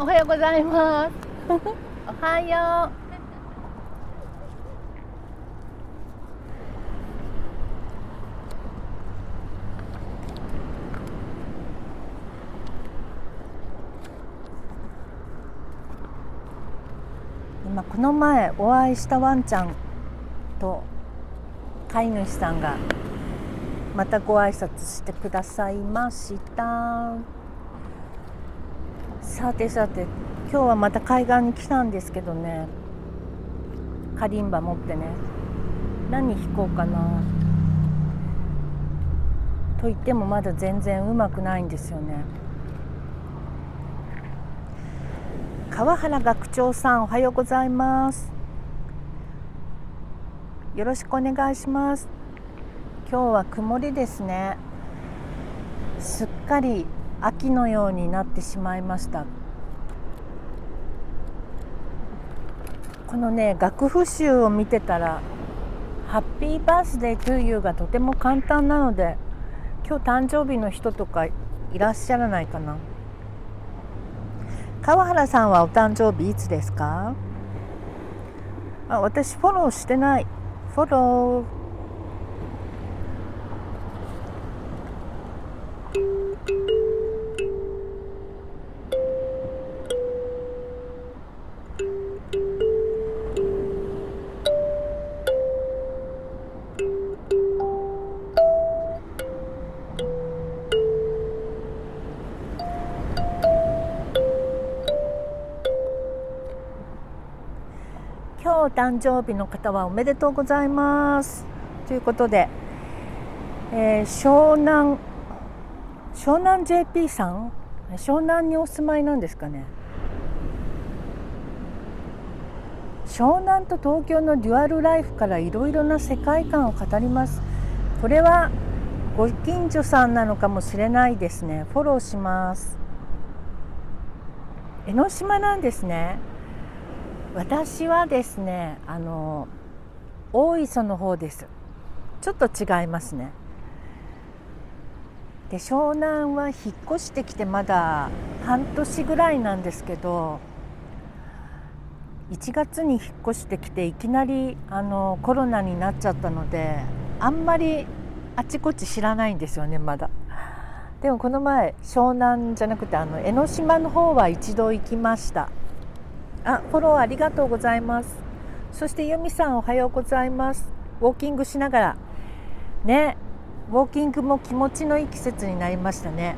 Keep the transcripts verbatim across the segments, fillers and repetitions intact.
はようございますおはよう。今この前お会いしたワンちゃんと飼い主さんがまたご挨拶してくださいました。さてさて、今日はまた海岸に来たんですけどね、カリンバ持ってね、何弾こうかなと言ってもまだ全然うまくないんですよね。川原学長さん、おはようございます。よろしくお願いします。今日は曇りですね。すっかり秋のようになってしまいました。このね、楽譜集を見てたらハッピーバースデートゥーユーがとても簡単なので、今日誕生日の人とかいらっしゃらないかな。川原さんはお誕生日いつですか？あ、私フォローしてない。フォロー。今日お誕生日の方はおめでとうございますということで、えー、湘南湘南 ジェーピー さん、湘南にお住まいなんですかね。湘南と東京のデュアルライフからいろいろな世界観を語ります。これはご近所さんなのかもしれないですね。フォローします。江ノ島なんですね。私はですね、あの大磯の方です。ちょっと違いますね。で、湘南は引っ越してきてまだ半年ぐらいなんですけど、いちがつに引っ越してきていきなりあのコロナになっちゃったので、あんまりあちこち知らないんですよね、まだ。でもこの前湘南じゃなくてあの江ノ島の方は一度行きました。あ、フォローありがとうございます。そして由美さん、おはようございます。ウォーキングしながらね、ウォーキングも気持ちのいい季節になりましたね。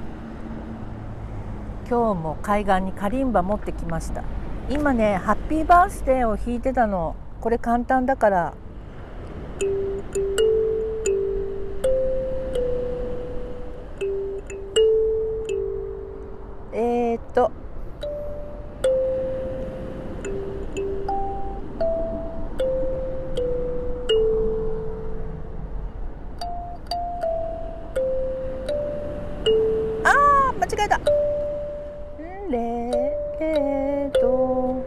今日も海岸にカリンバ持ってきました。今ね、ハッピーバースデーを弾いてたの。これ簡単だからえーっとあー、間違えた。レード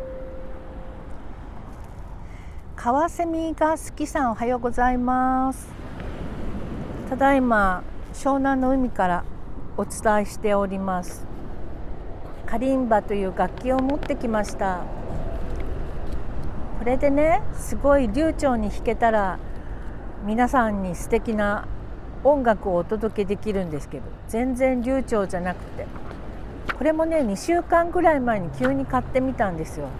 カワセミが好きさん、おはようございます。ただいま湘南の海からお伝えしております。カリンバという楽器を持ってきました。これでね、すごい流暢に弾けたら皆さんに素敵な音楽をお届けできるんですけど、全然流暢じゃなくて、これもねにしゅうかんぐらい前に急に買ってみたんですよ。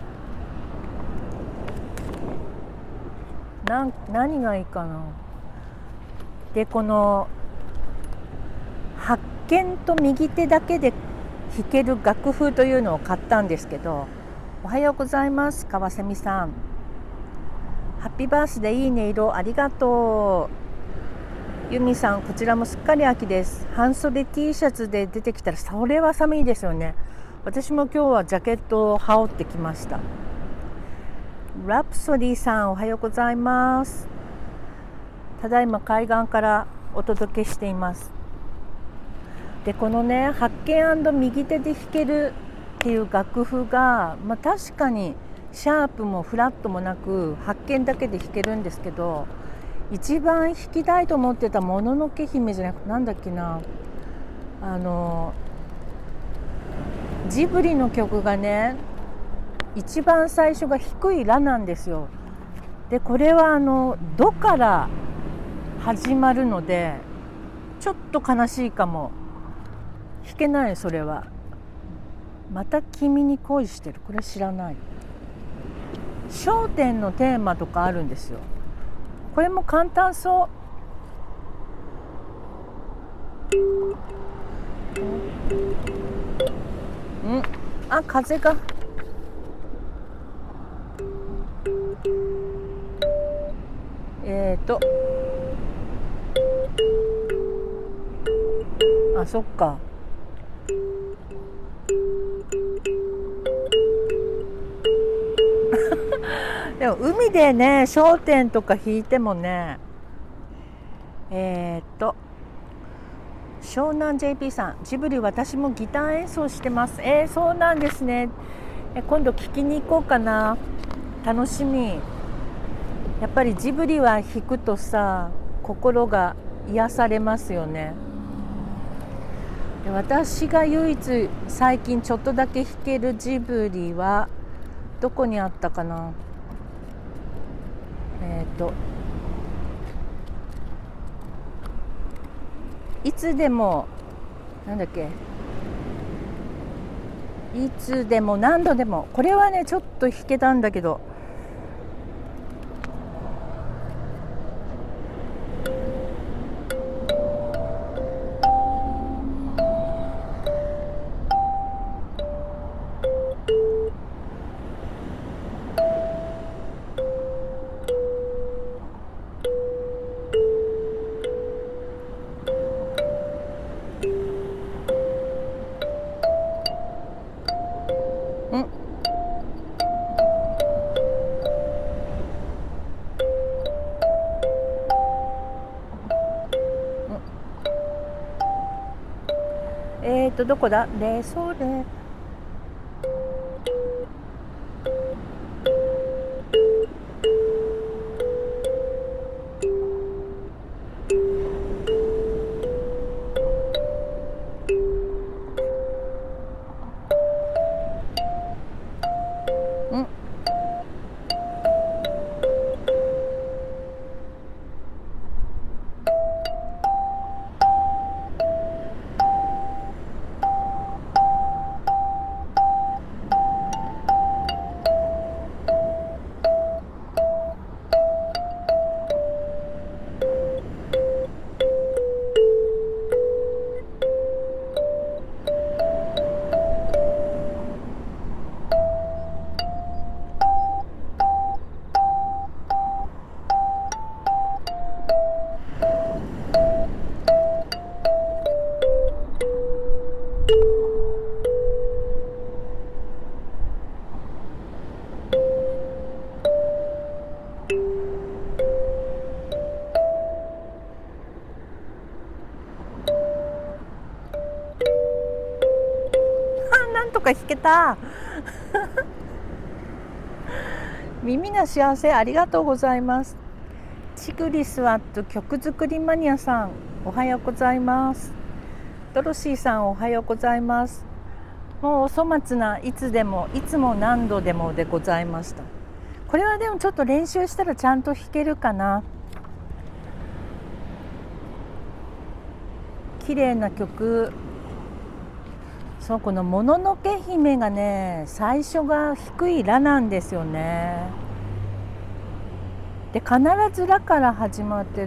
な何がいいかな。で、この発見と右手だけで弾ける楽譜というのを買ったんですけど、おはようございます、川蝉さん。ハッピーバースデー、いいね色ありがとう。由美さん、こちらもすっかり秋です。半袖 T シャツで出てきたらそれは寒いですよね。私も今日はジャケットを羽織ってきました。ラプソディさん、おはようございます。ただいま海岸からお届けしています。で、このね、発見&右手で弾けるっていう楽譜が、まあ、確かにシャープもフラットもなく発見だけで弾けるんですけど、一番弾きたいと思ってたもののけ姫じゃなくて、なんだっけな、あのジブリの曲がね一番最初が低いラなんですよ。でこれはあのドから始まるのでちょっと悲しいかも。弾けない。それはまた君に恋してる。これ知らない。笑点のテーマとかあるんですよ。これも簡単そう。うん、あ、風がえーとあ、そっか。でも海でね笑点とか弾いてもね、えーと湘南 ジェーピー さん、ジブリ私もギター演奏してます。えー、そうなんですね。え今度聞きに行こうかな。楽しみ。やっぱりジブリは弾くとさ心が癒されますよね。で私が唯一最近ちょっとだけ弾けるジブリはどこにあったかな。えっといつでもなんだっけいつでも何度でも、これはねちょっと弾けたんだけど、んえっとどこだ。レソレんなんとか弾けた。耳が幸せ。ありがとうございます。チグリスワット曲作りマニアさん、おはようございます。ドロシーさん、おはようございます。もうお粗末ないつでもいつも何度でもでございました。これはでもちょっと練習したらちゃんと弾けるかな。綺麗な曲。そう、このもののけ姫がね最初が低いラなんですよね。で必ずラから始まってる。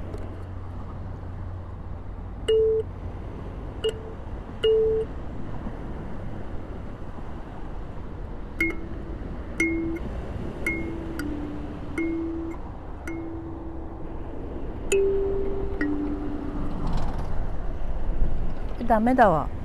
ダメだわ。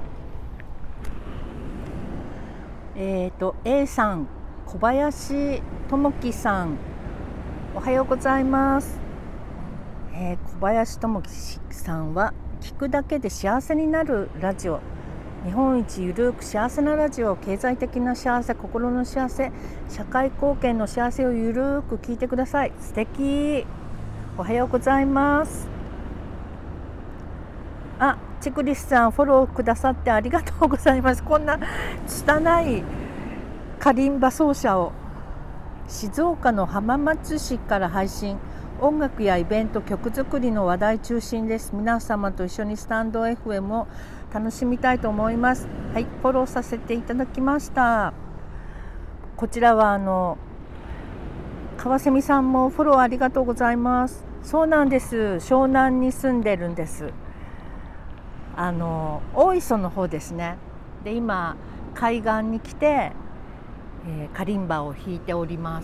えっと A さん、小林智樹さん、おはようございます。えー、小林智樹さんは聞くだけで幸せになるラジオ、日本一ゆるく幸せなラジオ、経済的な幸せ、心の幸せ、社会貢献の幸せをゆるく聞いてください。素敵。おはようございます。あ、 チクリスさんフォローくださってありがとうございます。こんな拙いカリンバ奏者を静岡の浜松市から配信、音楽やイベント、曲作りの話題中心です。皆様と一緒にスタンド エフエム を楽しみたいと思います。はい、フォローさせていただきました。こちらはあの川蝉さんもフォローありがとうございます。そうなんです。湘南に住んでるんです。あの大磯の方ですね。で今海岸に来て、えー、カリンバを弾いております。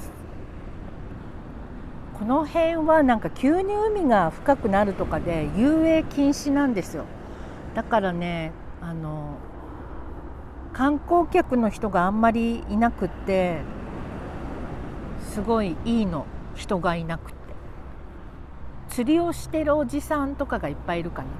この辺はなんか急に海が深くなるとかで遊泳禁止なんですよ。だからね、あの観光客の人があんまりいなくって、すごいいいの、人がいなくて。釣りをしてるおじさんとかがいっぱいいるかな。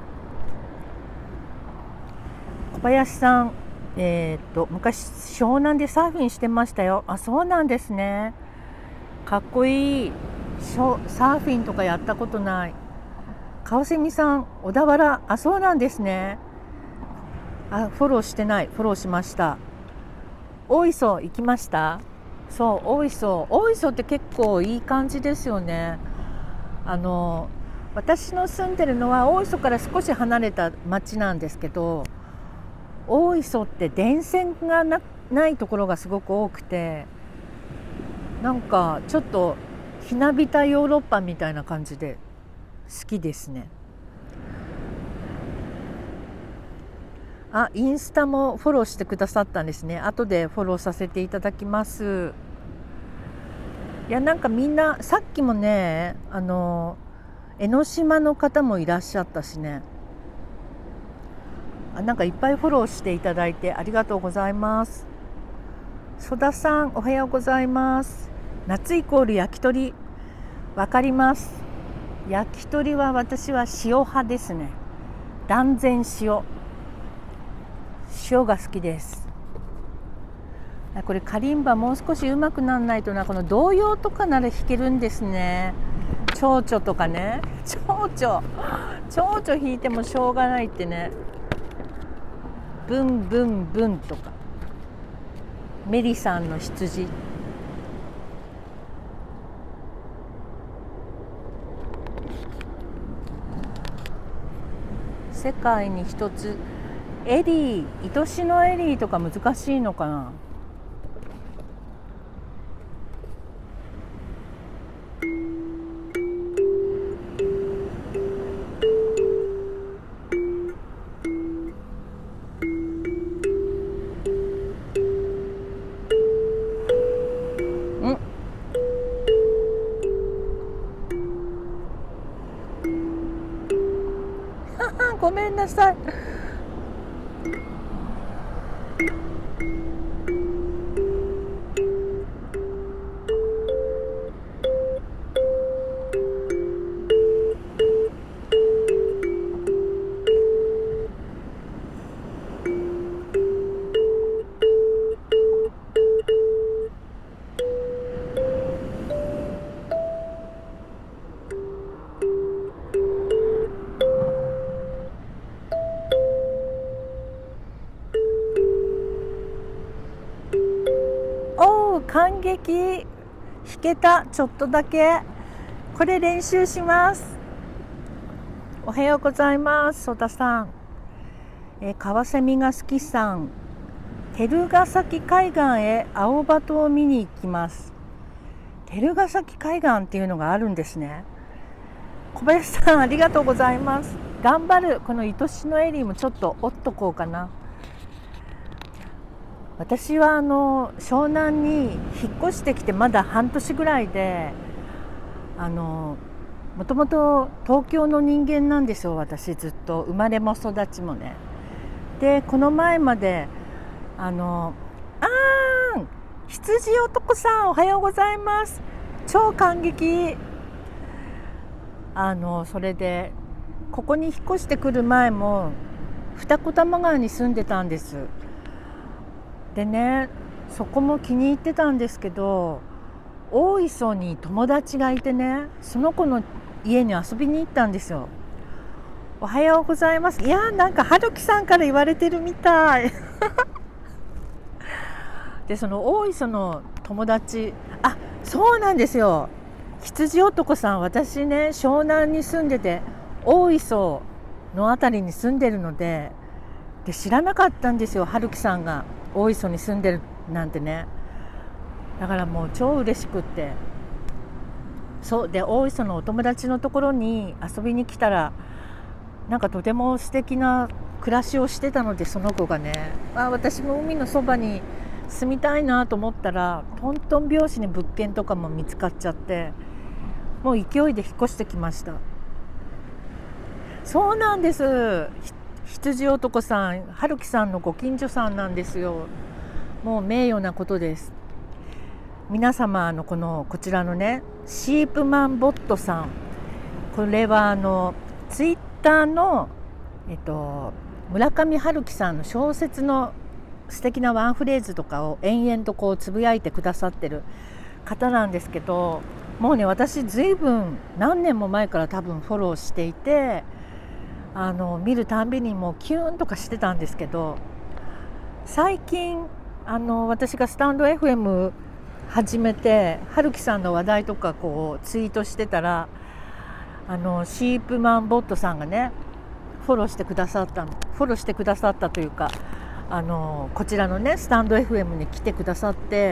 小林さん、えー、っと昔湘南でサーフィンしてましたよ。あ、そうなんですね。かっこいい。サーフィンとかやったことない。川蝉さん、小田原、あ、そうなんですね。あ、フォローしてない。フォローしました。大磯行きました。そう、大磯大磯って結構いい感じですよね。あの私の住んでるのは大磯から少し離れた町なんですけど、大磯って電線が な, ないところがすごく多くて、なんかちょっとひなびたヨーロッパみたいな感じで好きですね。あ、インスタもフォローしてくださったんですね。後でフォローさせていただきます。いや、なんかみんなさっきもね、あの江ノ島の方もいらっしゃったしね。あ、なんかいっぱいフォローしていただいてありがとうございます。曽田さん、おはようございます。夏イコール焼き鳥、わかります。焼き鳥は私は塩派ですね。断然塩塩が好きです。これカリンバもう少し上手くならないとな。この童謡とかなら弾けるんですね。蝶々とかね、蝶々蝶々弾いてもしょうがないってね。ブンブンブンとか、メリさんの羊、世界に一つ、エリー、愛しのエリーとか難しいのかな。ごめんなさい。おー、感激。弾けた。ちょっとだけ。これ練習します。おはようございます、曽田さん。えー、川蝉が好きさん、照ヶ崎海岸へ青バトを見に行きます。照ヶ崎海岸っていうのがあるんですね。小林さん、ありがとうございます。頑張る。この愛しのエリーもちょっと折っとこうかな。私はあの湘南に引っ越してきてまだ半年ぐらいで、あのもともと東京の人間なんですよ。私ずっと生まれも育ちもね。でこの前まであのあーん羊男さん、おはようございます。超感激。あのそれでここに引っ越してくる前も二子玉川に住んでたんです。でね、そこも気に入ってたんですけど、大磯に友達がいてね、その子の家に遊びに行ったんですよ。 おはようございます。いやーなんかはるきさんから言われてるみたいでその大磯の友達、あ、そうなんですよ。羊男さん、私ね湘南に住んでて大磯のあたりに住んでるので、で知らなかったんですよ、はるきさんが大磯に住んでるなんてね。だからもう超嬉しくって、そうで大磯のお友達のところに遊びに来たら、なんかとても素敵な暮らしをしてたので、その子がね、あ、私も海のそばに住みたいなと思ったら、トントン拍子に物件とかも見つかっちゃって、もう勢いで引っ越してきました。そうなんです。羊男さん、春樹さんのご近所さんなんですよ。もう名誉なことです。皆様のこのこちらのねシープマンボットさん、これはあのツイッターの、えっと、村上春樹さんの小説の素敵なワンフレーズとかを延々とこうつぶやいてくださってる方なんですけど、もうね私ずいぶん何年も前から多分フォローしていて、あの見るたんびにもうキューンとかしてたんですけど、最近あの私がスタンド エフエム 始めて春樹さんの話題とかこうツイートしてたら、あのシープマンボットさんがねフォローしてくださったフォローしてくださったというか、あのこちらのねスタンド エフエム に来てくださって、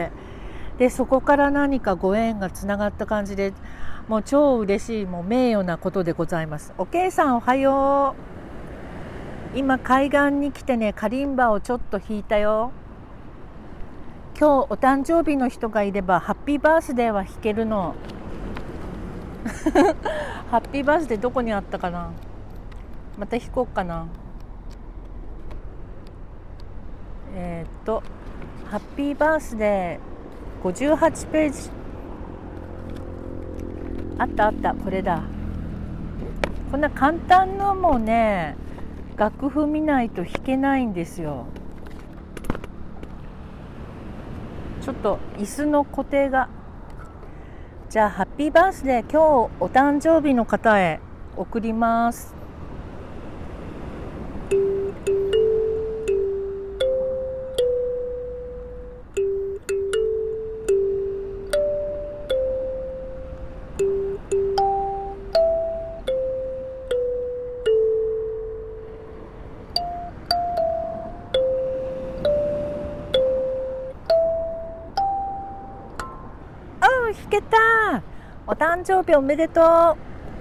でそこから何かご縁がつながった感じで、もう超嬉しい、もう名誉なことでございます。おけいさんおはよう。今海岸に来てねカリンバをちょっと弾いたよ。今日お誕生日の人がいればハッピーバースデーは弾けるのハッピーバースデーどこにあったかな、また弾こうかな。えー、っとハッピーバースデーごじゅうはちページあったあった、これだ。こんな簡単のもね楽譜見ないと弾けないんですよ。ちょっと椅子の固定が。じゃあハッピーバースデー今日お誕生日の方へ送ります。弾けた。お誕生日おめでとう。あ、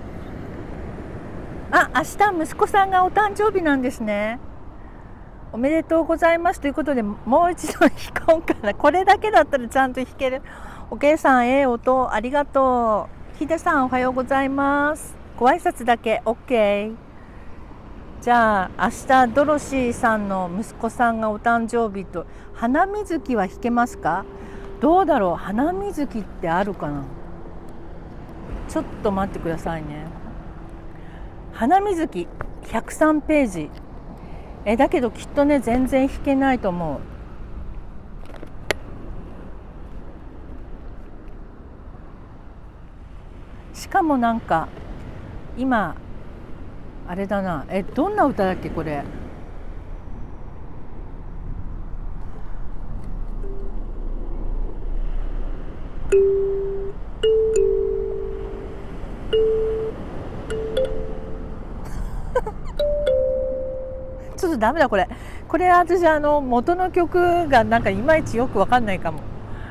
明日息子さんがお誕生日なんですね。おめでとうございますということで、もう一度弾こうかな。これだけだったらちゃんと弾ける。おけいさん、ええ音ありがとう。ひでさんおはようございます。ご挨拶だけ OK。 じゃあ明日ドロシーさんの息子さんがお誕生日と、花水木は弾けますか？どうだろう、花水木ってあるかな。ちょっと待ってくださいね。花水木ひゃくさんページ。えだけどきっとね全然弾けないと思う。しかもなんか今あれだな、えどんな歌だっけこれ。ちょっとダメだこれ。これ私あの元の曲がなんかいまいちよくわかんないかも。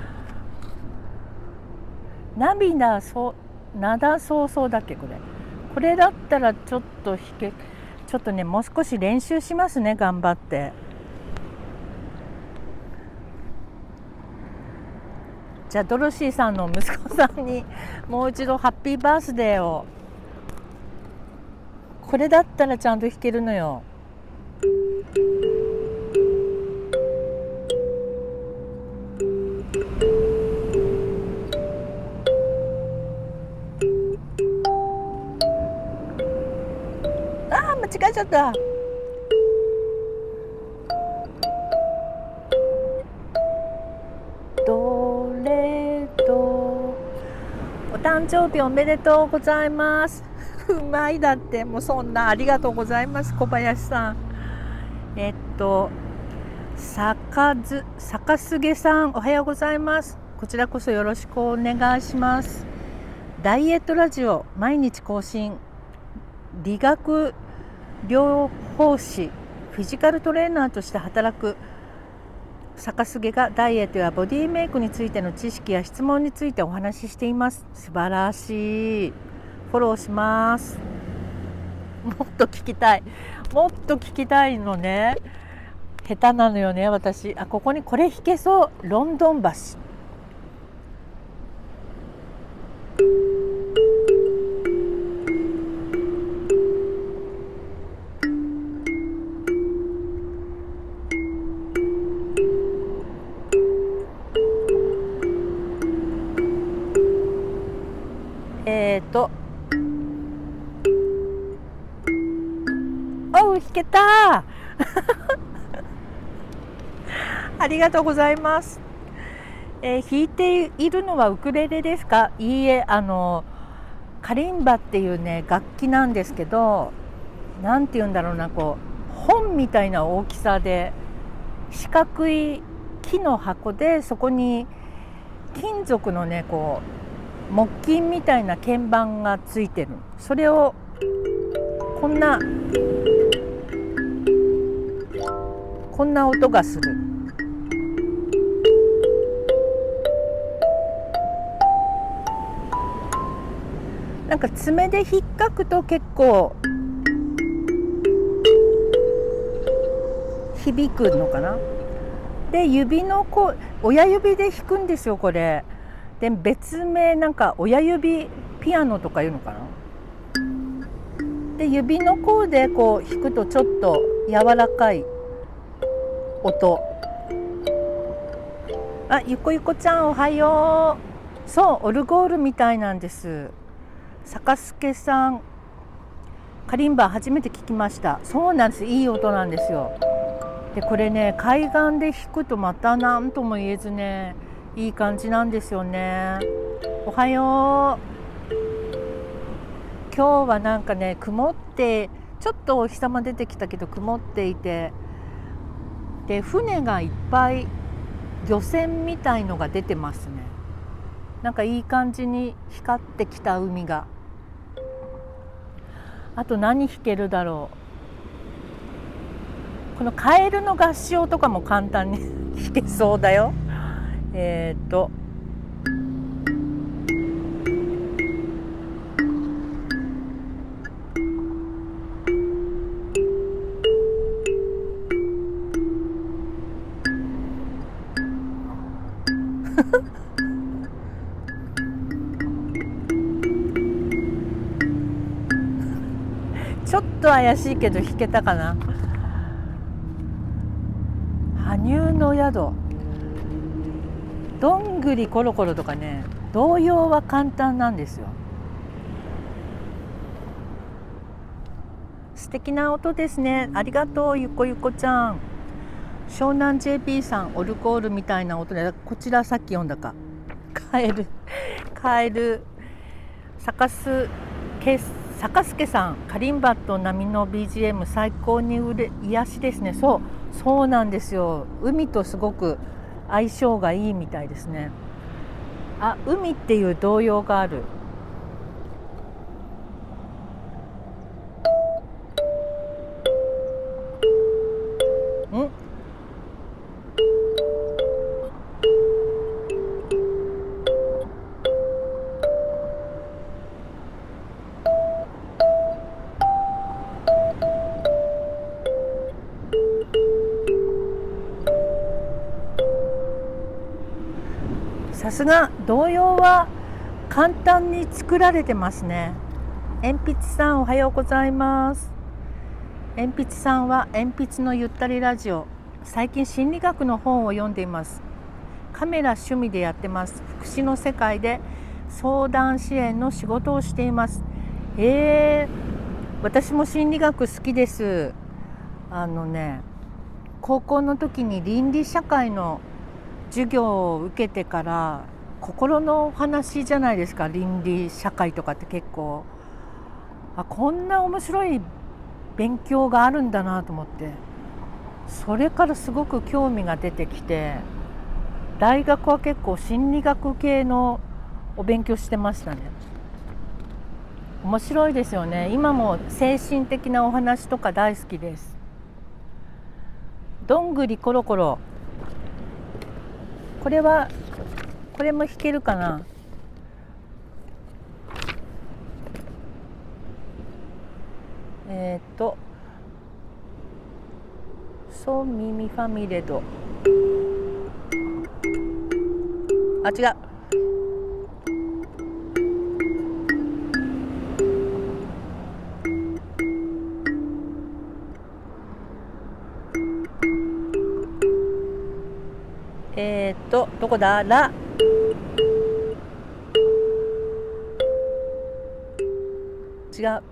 涙そう灘そうそうだっけこれ。これだったらちょっと弾け、ちょっとねもう少し練習しますね、頑張って。じゃあドロシーさんの息子さんにもう一度ハッピーバースデーを。これだったらちゃんと弾けるのよ。あー間違えちゃった。どれとお誕生日おめでとうございます。 うまいだって、もうそんな、ありがとうございます小林さん。えっとさかずさかすげさん、おはようございます。こちらこそよろしくお願いします。ダイエットラジオ毎日更新、理学療法士、フィジカルトレーナーとして働く坂菅がダイエットやボディメイクについての知識や質問についてお話ししています。素晴らしい。フォローします。もっと聞きたいもっと聞きたいのね。下手なのよね私。あ、ここにこれ弾けそう。ロンドン橋。えっとおう、弾けたありがとうございます。えー、弾いているのはウクレレですか？いいえ、あのカリンバっていうね楽器なんですけど、なんて言うんだろうな、こう本みたいな大きさで、四角い木の箱で、そこに金属のねこう木琴みたいな鍵盤がついてる。それをこんなこんな音がする。なんか爪で引っかくと結構響くのかな。で指のこう親指で弾くんですよこれ。で別名なんか親指ピアノとかいうのかな。で指の甲でこう弾くとちょっと柔らかい音。あ、ゆこゆこちゃんおはよう。そうオルゴールみたいなんです。坂助さん、カリンバ初めて聞きました。そうなんです、いい音なんですよ。でこれね海岸で弾くとまた何とも言えずね、いい感じなんですよね。おはよう。今日はなんかね曇って、ちょっとお日様出てきたけど曇っていて、で船がいっぱい漁船みたいのが出てますね。なんかいい感じに光ってきた海が。あと何弾けるだろう。このカエルの合唱とかも簡単に弾けそうだよ。えっとちょっと怪しいけど弾けたかな。羽生の宿、どんぐりコロコロとかね、童謡は簡単なんですよ。素敵な音ですね。ありがとうゆこゆこちゃん。湘南 ジェーピー さん、オルゴールみたいな音で、こちらさっき読んだか。カエルカエル坂須け坂助さん、カリンバと波の ビージーエム 最高にうれ癒しですね。そうそうなんですよ。海とすごく相性がいいみたいですね。あ、海っていう童謡がある。んさすが童謡は簡単に作られてますね。鉛筆さんおはようございます。鉛筆さんは鉛筆のゆったりラジオ、最近心理学の本を読んでいます。カメラ趣味でやってます。福祉の世界で相談支援の仕事をしています。えー、私も心理学好きです。あのね高校の時に倫理社会の授業を受けてから、心のお話じゃないですか、倫理社会とかって結構あ、こんな面白い勉強があるんだなと思って、それからすごく興味が出てきて、大学は結構心理学系のお勉強してましたね。面白いですよね。今も精神的なお話とか大好きです。どんぐりころころ、これはこれも弾けるかな。えっ、ー、とソミミファミレド、あ、違う。えっ、ー、とどこだ、ラ、違う。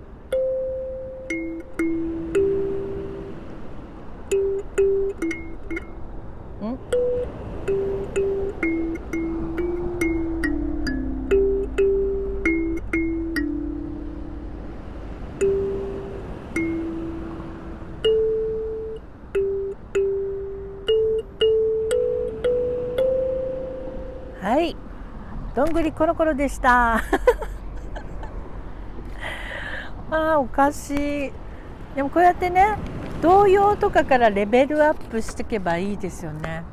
ん、はい、どんぐりころころでしたあー、おかしい。でもこうやってね、童謡とかからレベルアップしていけばいいですよね。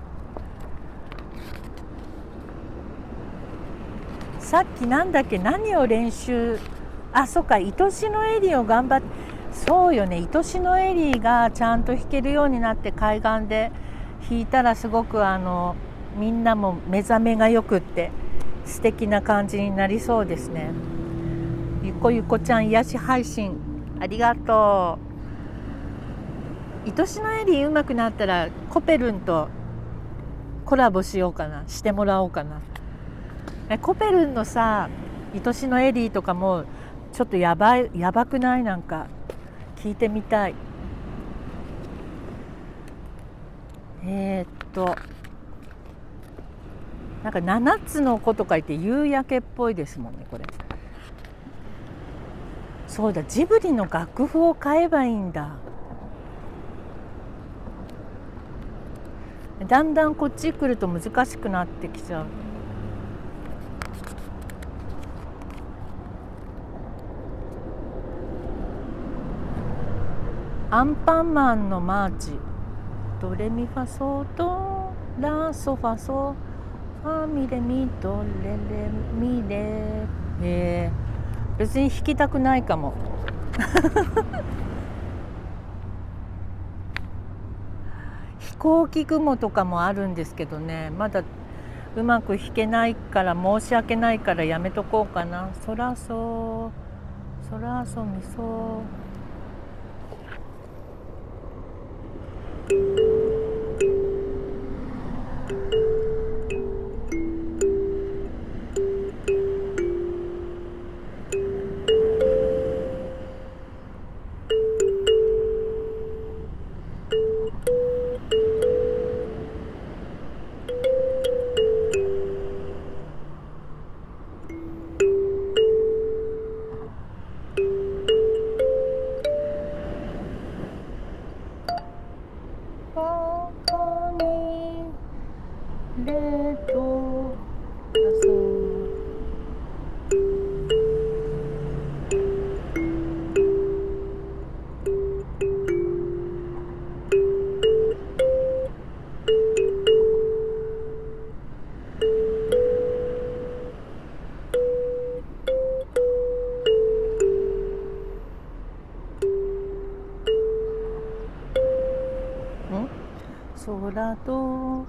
さっきなんだっけ、何を練習、あ、そっか、愛しのエリーを頑張って、そうよね、愛しのエリーがちゃんと弾けるようになって海岸で弾いたら、すごくあのみんなも目覚めがよくって素敵な感じになりそうですね。ゆこゆこちゃん癒し配信ありがとう。愛しのエリー上手くなったらコペルンとコラボしようかな、してもらおうかな。コペルンのさ、愛しのエリーとかもちょっとやばい、やばくない？なんか聞いてみたい。えー、っとなんかななつの子とか言って夕焼けっぽいですもんね、これ。そうだ、ジブリの楽譜を買えばいいんだ。だんだんこっち来ると難しくなってきちゃう。アンパンマンのマーチ、ドレミファソドラソファソファミレミドレレミレ、えー、別に弾きたくないかも飛行機雲とかもあるんですけどね、まだうまく弾けないから申し訳ないからやめとこうかな。ソラソソラソミソ、レドラソ、ん、ソラド、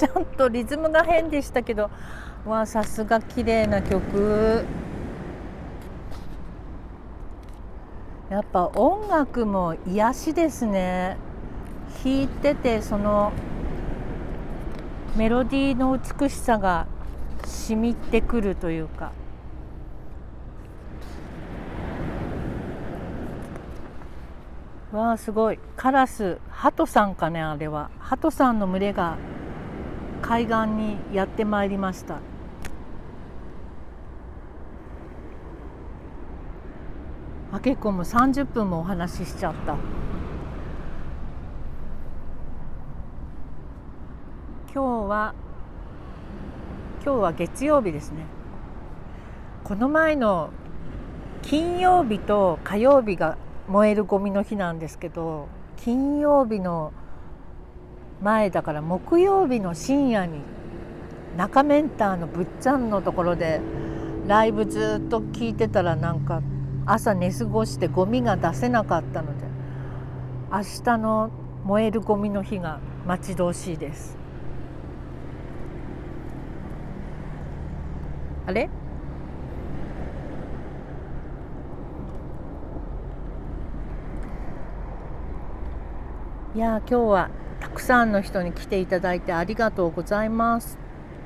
ちょっとリズムが変でしたけど、わあさすが綺麗な曲。やっぱ音楽も癒しですね。弾いててそのメロディーの美しさが染みてくるというか。わあすごい、カラス、ハトさんかね、あれはハトさんの群れが海岸にやってまいりました。あ、結構もうさんじゅっぷんもお話ししちゃった。今日は今日は月曜日ですね。この前の金曜日と火曜日が燃えるゴミの日なんですけど、金曜日の前だから木曜日の深夜に中メンターのぶっちゃんのところでライブずっと聞いてたら、なんか朝寝過ごしてゴミが出せなかったので、明日の燃えるゴミの日が待ち遠しいです。あれ、いや今日はたくさんの人に来ていただいてありがとうございます。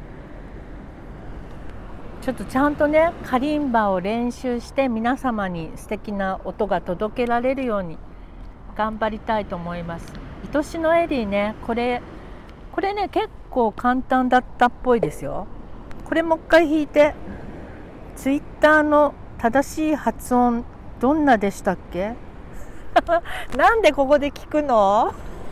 ちょっとちゃんとねカリンバを練習して皆様に素敵な音が届けられるように頑張りたいと思います。愛しのエリーね、これこれね結構簡単だったっぽいですよ。これもう一回弾いて、ツイッターの正しい発音どんなでしたっけなんでここで聞くの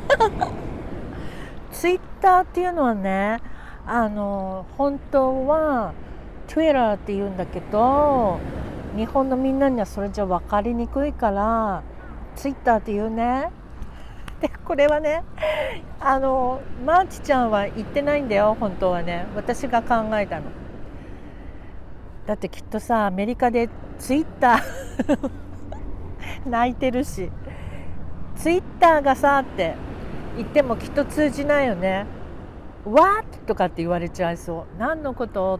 ツイッターっていうのはね、あの本当はTwitter って言うんだけど、日本のみんなにはそれじゃ分かりにくいからツイッターって言うね。でこれはね、あのマーチちゃんは言ってないんだよ、本当はね。私が考えたの。だってきっとさ、アメリカでツイッター泣いてるし、ツイッターがさって言ってもきっと通じないよね。 What? とかって言われちゃいそう。何のことって。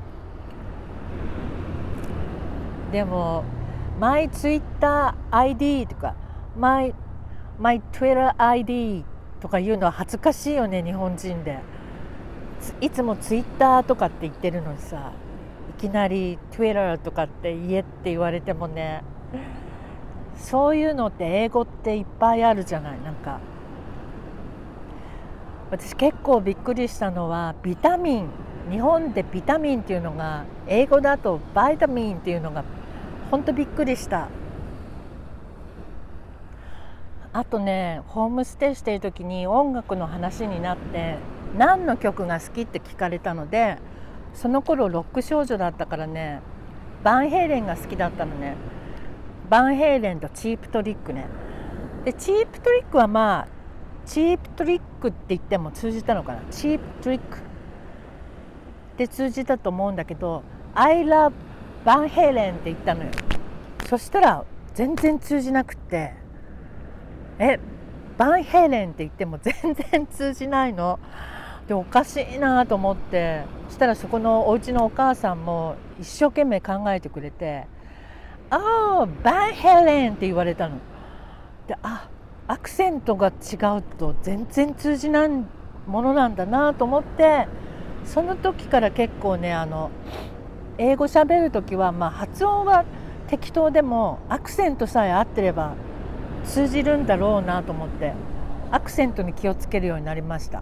でも My Twitter アイディー とか My, My Twitter アイディー とか言うのは恥ずかしいよね、日本人で。いつも Twitter とかって言ってるのにさ、いきなり Twitter とかって言えって言われてもね、そういうのって英語っていっぱいあるじゃない。なんか私結構びっくりしたのは、ビタミン、日本でビタミンっていうのが英語だとバイタミンっていうのが本当びっくりした。あとね、ホームステイしている時に音楽の話になって何の曲が好きって聞かれたので、その頃ロック少女だったからね、バンヘイレンが好きだったのね。バンヘイレンとチープトリックね。でチープトリックはまあチープトリックって言っても通じたのかな。チープトリックで通じたと思うんだけど、 I love バンヘイレンって言ったのよ。そしたら全然通じなくって、えバンヘイレンって言っても全然通じないので、おかしいなと思って、そしたらそこのお家のお母さんも一生懸命考えてくれて、ああバンヘイレンって言われたので、あアクセントが違うと全然通じないものなんだなと思って、その時から結構ね、あの英語喋る時は、まあ、発音は適当でもアクセントさえ合ってれば通じるんだろうなと思って、アクセントに気をつけるようになりました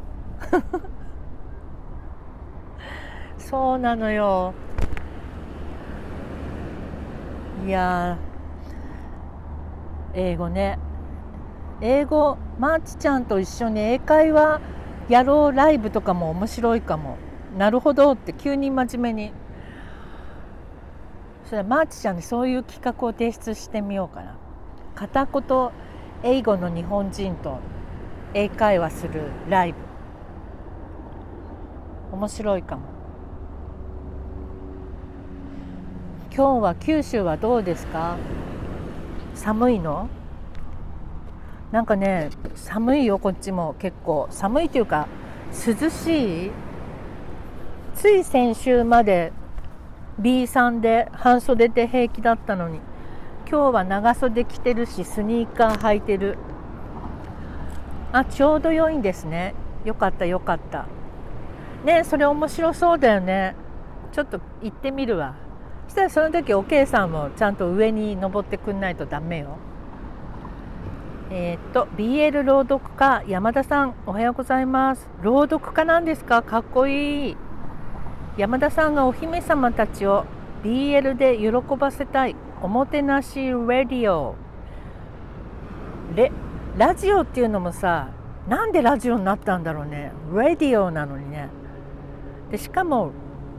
そうなのよ。いや英語ね、英語マーチちゃんと一緒に英会話やろうライブとかも面白いかも。なるほどって急に真面目に。それマーチちゃんにそういう企画を提出してみようかな。片言英語の日本人と英会話するライブ、面白いかも。今日は九州はどうですか？寒いの？なんかね寒いよ、こっちも結構寒いというか涼しい。つい先週まで ビーさん で半袖で平気だったのに、今日は長袖着てるしスニーカー履いてる。あ、ちょうど良いんですね。よかったよかったね。それ面白そうだよね。ちょっと行ってみるわ。そしたらその時おけいさんもちゃんと上に登ってくんないとダメよ。えー、っと ビーエル 朗読家山田さん、おはようございます。朗読家なんですか？かっこいい。山田さんがお姫様たちを ビーエル で喜ばせたいおもてなしラディオ。レラジオっていうのもさ、なんでラジオになったんだろうね。ラディオなのにね。でしかも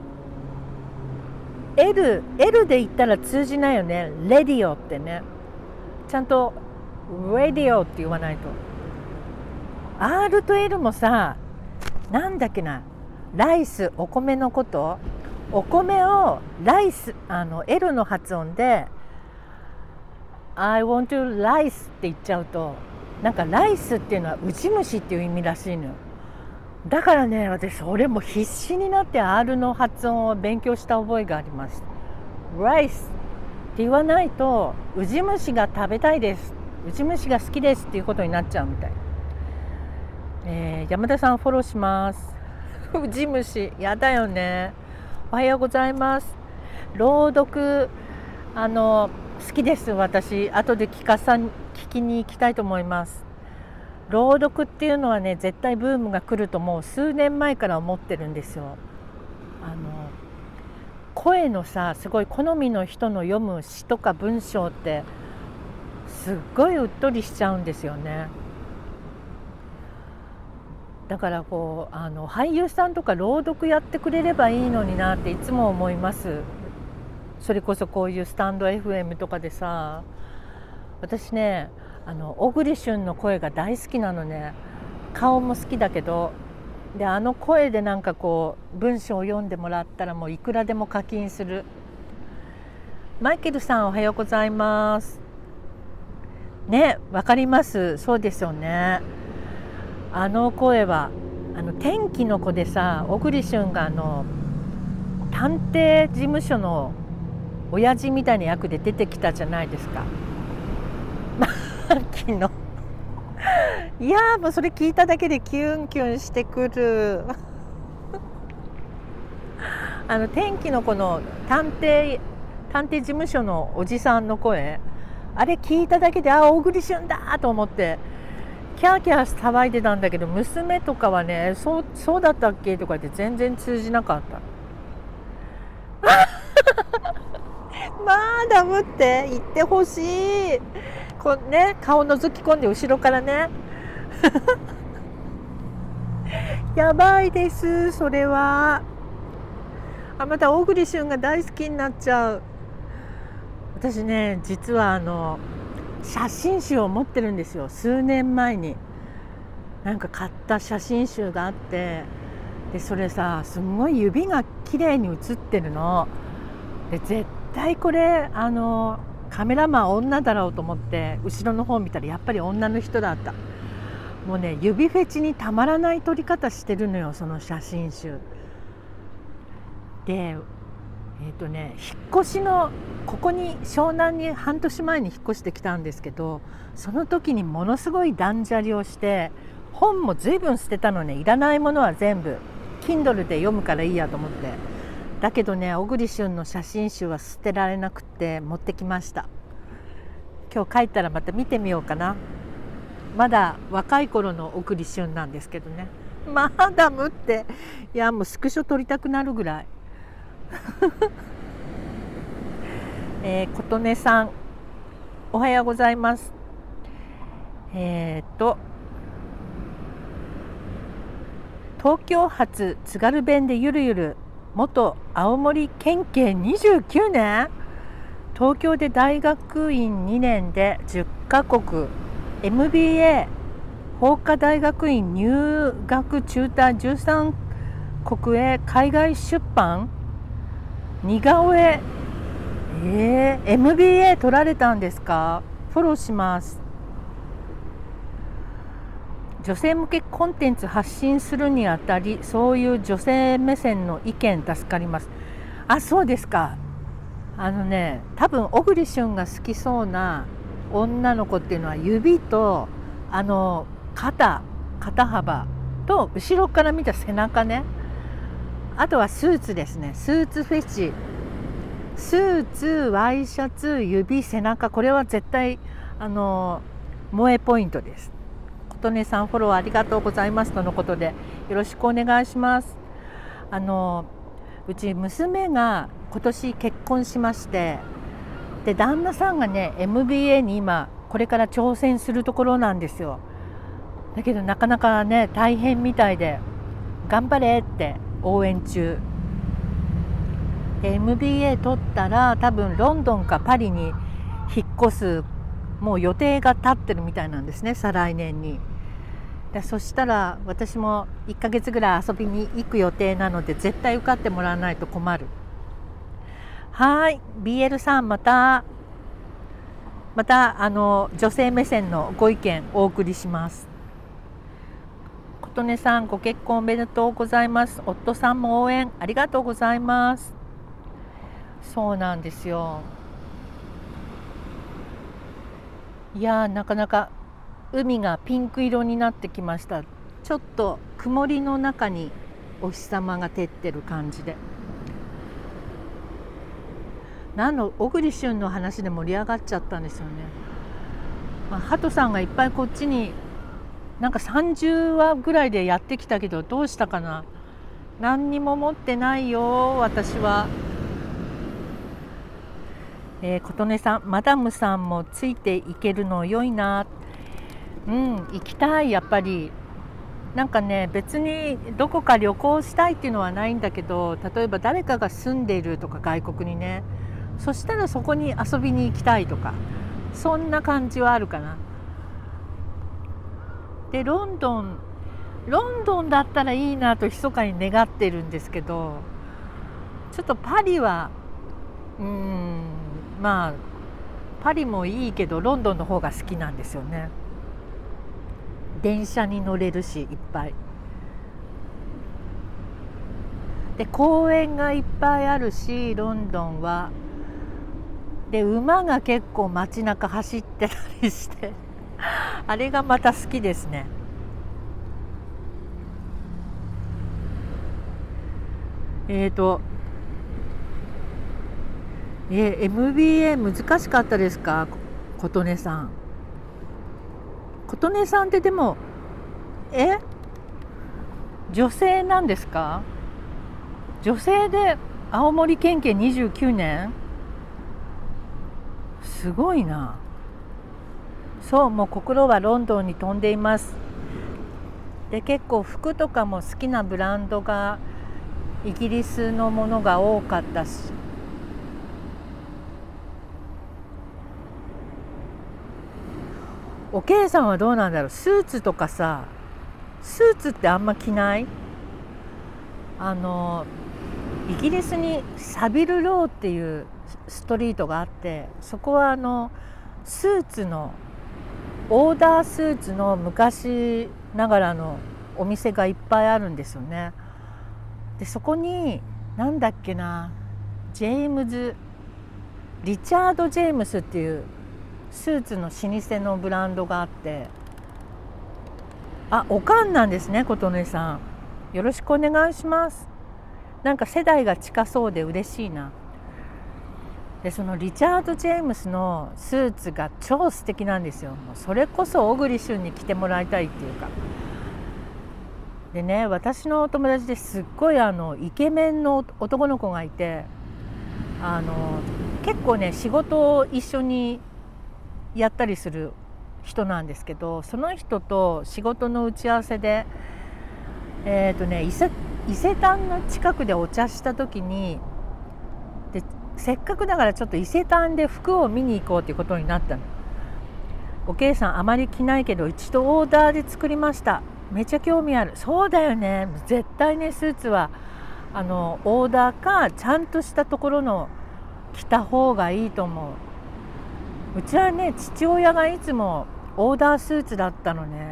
L, L で言ったら通じないよね。レディオってね。ちゃんとラディオって言わないと。 R と L もさ、なんだっけな、ライス、お米のこと。お米をライス、あの L の発音で I want to rice って言っちゃうと、なんかライスっていうのはウジ虫っていう意味らしいのよ。だからね、私それも必死になって R の発音を勉強した覚えがあります。ライスって言わないとウジ虫が食べたいです、ウジ虫が好きですっていうことになっちゃうみたい。えー、山田さんフォローします。ウジ虫やだよね。おはようございます。朗読あの好きです。私後で聞かさ聞きに行きたいと思います。朗読っていうのはね、絶対ブームが来るともう数年前から思ってるんですよ。あの声のさ、すごい好みの人の読む詩とか文章ってすっごいうっとりしちゃうんですよね。だからこうあの俳優さんとか朗読やってくれればいいのになっていつも思います。それこそこういうスタンド エフエム とかでさ、私ね、あの小栗旬の声が大好きなのね。顔も好きだけど、であの声でなんかこう文章を読んでもらったらもういくらでも課金する。マイケルさんおはようございますね。わかります。そうですよね。あの声はあの天気の子でさ、小栗旬があの探偵事務所の親父みたいな役で出てきたじゃないですか。昨日いやーもうそれ聞いただけでキュンキュンしてくるあの天気の子の探偵探偵事務所のおじさんの声、あれ聞いただけで、あ、小栗旬だと思ってキャーキャー騒いでたんだけど、娘とかはね、そうそうだったっけとかって全然通じなかったマダムって言ってほしい。こうね、顔覗き込んで後ろからねやばいです、それは。あ、また小栗旬が大好きになっちゃう。私ね、実はあの写真集を持ってるんですよ。数年前になんか買った写真集があって、でそれさ、すんごい指が綺麗に写ってるので、絶対これあのカメラマン女だろうと思って後ろの方見たらやっぱり女の人だった。もうね、指フェチにたまらない撮り方してるのよ、その写真集で。えーとね、引っ越しのここに湘南に半年前に引っ越してきたんですけど、その時にものすごい断捨離をして、本も随分捨てたのね。いらないものは全部 Kindle で読むからいいやと思って。だけどね、小栗旬の写真集は捨てられなくて持ってきました。今日帰ったらまた見てみようかな。まだ若い頃の小栗旬なんですけどね。マダムって、いやもうスクショ撮りたくなるぐらいえー、琴音さんおはようございます。えー、と東京発津軽弁でゆるゆる、元青森県警にじゅうきゅうねん、東京で大学院にねんでじゅっカ国 エムビーエー 法科大学院入学中退じゅうさん国へ海外出版、似顔絵、えー、エムビーエー 取られたんですか？フォローします。 女性向けコンテンツ発信するにあたり、そういう女性目線の意見助かります。あ、そうですか。あのね、多分小栗旬が好きそうな女の子っていうのは、指とあの肩肩幅と後ろから見た背中ね。あとはスーツですね。スーツフェチ、スーツ、ワイシャツ、指、背中、これは絶対あの萌えポイントです。琴音さん、フォローありがとうございますとのことで、よろしくお願いします。あのうち娘が今年結婚しまして、で旦那さんがね エムビーエー に今これから挑戦するところなんですよ。だけどなかなかね大変みたいで、頑張れって応援中で、 エムビーエー 取ったら多分ロンドンかパリに引っ越す、もう予定が立ってるみたいなんですね、再来年に。でそしたら私もいっかげつぐらい遊びに行く予定なので、絶対受かってもらわないと困る。はい、 ビーエル さん、またまたあの女性目線のご意見お送りします。琴音さん、ご結婚おめでとうございます。夫さんも応援ありがとうございます。そうなんですよ。いやー、なかなか海がピンク色になってきました。ちょっと曇りの中にお日様が照ってる感じで、何の小栗旬の話で盛り上がっちゃったんですよね。まあ、ハトさんがいっぱいこっちになんかさんじゅっわぐらいでやってきたけど、どうしたかな。何にも持ってないよ私は。えー、琴音さん、マダムさんもついていけるの良いな。うん、行きたい。やっぱりなんかね、別にどこか旅行したいっていうのはないんだけど、例えば誰かが住んでいるとか外国にね、そしたらそこに遊びに行きたいとか、そんな感じはあるかな。でロンドンロンドンだったらいいなと密かに願ってるんですけど、ちょっとパリはうーんまあパリもいいけどロンドンの方が好きなんですよね。電車に乗れるしいっぱいで、公園がいっぱいあるし、ロンドンはで馬が結構街中走ってたりしてあれがまた好きですね。えーとえ エムビーエー 難しかったですか、琴音さん。琴音さんってでもえ女性なんですか？女性で青森県警にじゅうきゅうねん、すごいな。そう、もう心はロンドンに飛んでいます。で結構服とかも好きなブランドがイギリスのものが多かったし、おけいさんはどうなんだろう。スーツとかさ、スーツってあんま着ない？あのイギリスにサビルローっていうストリートがあって、そこはあのスーツのオーダースーツの昔ながらのお店がいっぱいあるんですよね。でそこになんだっけな、ジェームズリチャード・ジェームスっていうスーツの老舗のブランドがあって、あ、おかんなんですね、琴音さん。よろしくお願いします。なんか世代が近そうで嬉しいな。でそのリチャード・ジェームスのスーツが超素敵なんですよ。もうそれこそ小栗旬に着てもらいたいっていうか。でね、私のお友達ですっごいあのイケメンの男の子がいて、あの結構ね仕事を一緒にやったりする人なんですけど、その人と仕事の打ち合わせでえーとね伊勢、伊勢丹の近くでお茶した時に、でせっかくだからちょっと伊勢丹で服を見に行こうということになったの。おけいさんあまり着ないけど一度オーダーで作りました。めっちゃ興味ある。そうだよね、絶対ねスーツはあのオーダーかちゃんとしたところの着た方がいいと思う。うちはね父親がいつもオーダースーツだったのね。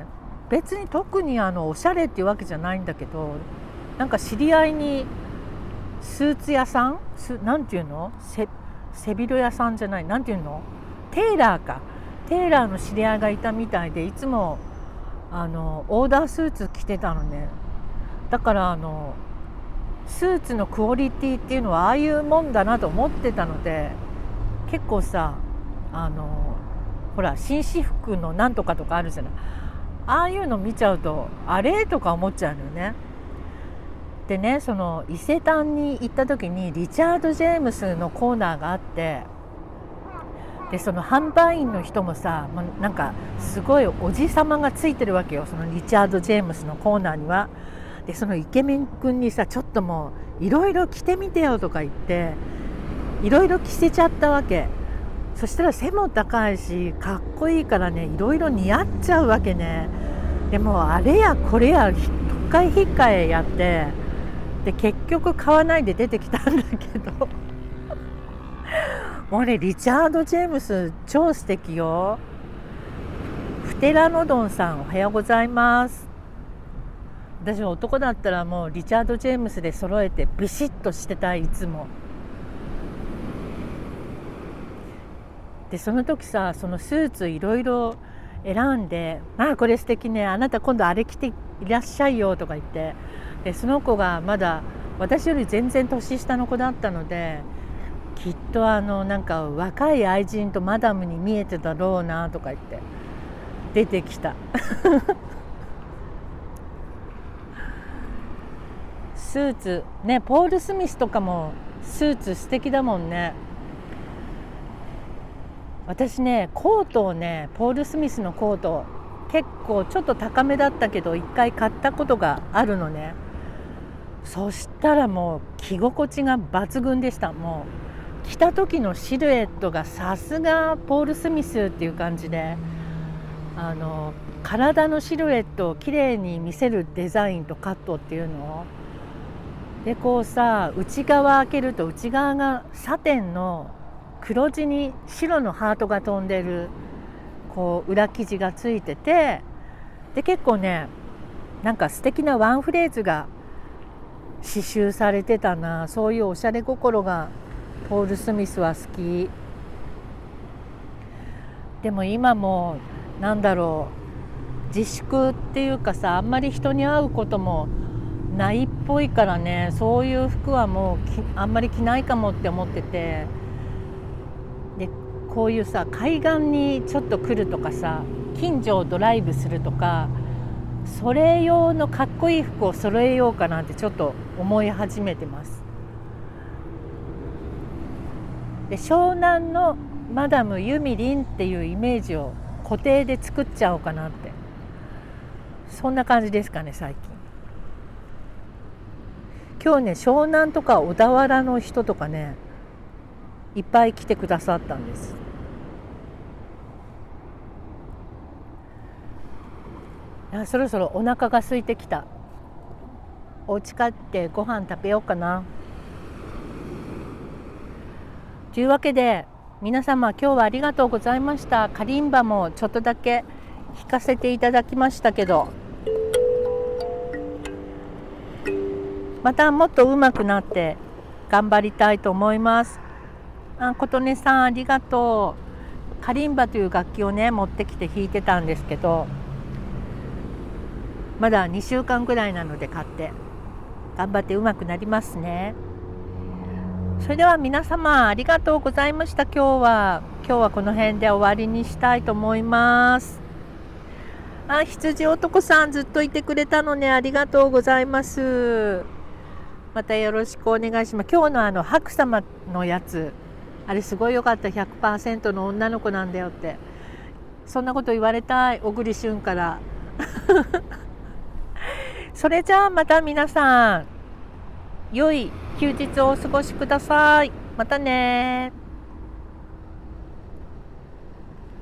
別に特にあのおしゃれっていうわけじゃないんだけど、なんか知り合いにスーツ屋さんなんていうのセ背広屋さんじゃないなんていうのテーラーかテーラーの知り合いがいたみたいで、いつもあのオーダースーツ着てたのね。だからあのスーツのクオリティっていうのはああいうもんだなと思ってたので、結構さあのほら紳士服のなんとかとかあるじゃない、ああいうの見ちゃうとあれとか思っちゃうのよね。でね、その伊勢丹に行った時にリチャード・ジェームスのコーナーがあって、でその販売員の人もさ、ま、なんかすごいおじさまがついてるわけよ、そのリチャード・ジェームスのコーナーには。でそのイケメン君にさ、ちょっともういろいろ着てみてよとか言っていろいろ着せちゃったわけ。そしたら背も高いしかっこいいからね、いろいろ似合っちゃうわけね。でもあれやこれやとっかえひっかえやって、で結局買わないで出てきたんだけどもうね、リチャード・ジェームス超素敵よ。プテラノドンさん、おはようございます。私男だったらもうリチャード・ジェームスで揃えてビシッとしてたい、いつも。でその時さ、そのスーツいろいろ選んで、まあこれ素敵ね、あなた今度あれ着ていらっしゃいよとか言って、でその子がまだ私より全然年下の子だったので、きっとあのなんか若い愛人とマダムに見えてたろうなとか言って出てきたスーツね、ポール・スミスとかもスーツ素敵だもんね。私ね、コートをね、ポール・スミスのコート結構ちょっと高めだったけど一回買ったことがあるのね。そしたらもう着心地が抜群でした。もう着た時のシルエットがさすがポール・スミスっていう感じで、あの体のシルエットをきれいに見せるデザインとカットっていうので、こうさ、内側開けると内側がサテンの黒地に白のハートが飛んでるこう裏生地がついてて、で結構ね、なんか素敵なワンフレーズが刺繍されてたな。そういうおしゃれ心がポール・スミスは好き。でも今もなんだろう、自粛っていうかさ、あんまり人に会うこともないっぽいからね、そういう服はもうあんまり着ないかもって思ってて、でこういうさ、海岸にちょっと来るとかさ、近所をドライブするとか、それ用のかっこいい服を揃えようかなってちょっと思い始めてます。で湘南のマダムユミリンっていうイメージを固定で作っちゃおうかなって、そんな感じですかね最近。今日ね、湘南とか小田原の人とかね、いっぱい来てくださったんです。あ、そろそろお腹が空いてきた。お家帰ってご飯食べようかな。というわけで皆様、今日はありがとうございました。カリンバもちょっとだけ弾かせていただきましたけど、またもっと上手くなって頑張りたいと思います。あ、琴音さんありがとう。カリンバという楽器をね持ってきて弾いてたんですけど、まだにしゅうかんぐらいなので買って頑張って上手くなりますね。それでは皆様ありがとうございました。今日は今日はこの辺で終わりにしたいと思います。あ、羊男さんずっといてくれたのね、ありがとうございます。またよろしくお願いします。今日のあの白様のやつ、あれすごい良かった。 ひゃくパーセント の女の子なんだよって、そんなこと言われたい、小栗旬からそれじゃあまた皆さん良い休日をお過ごしください。またね。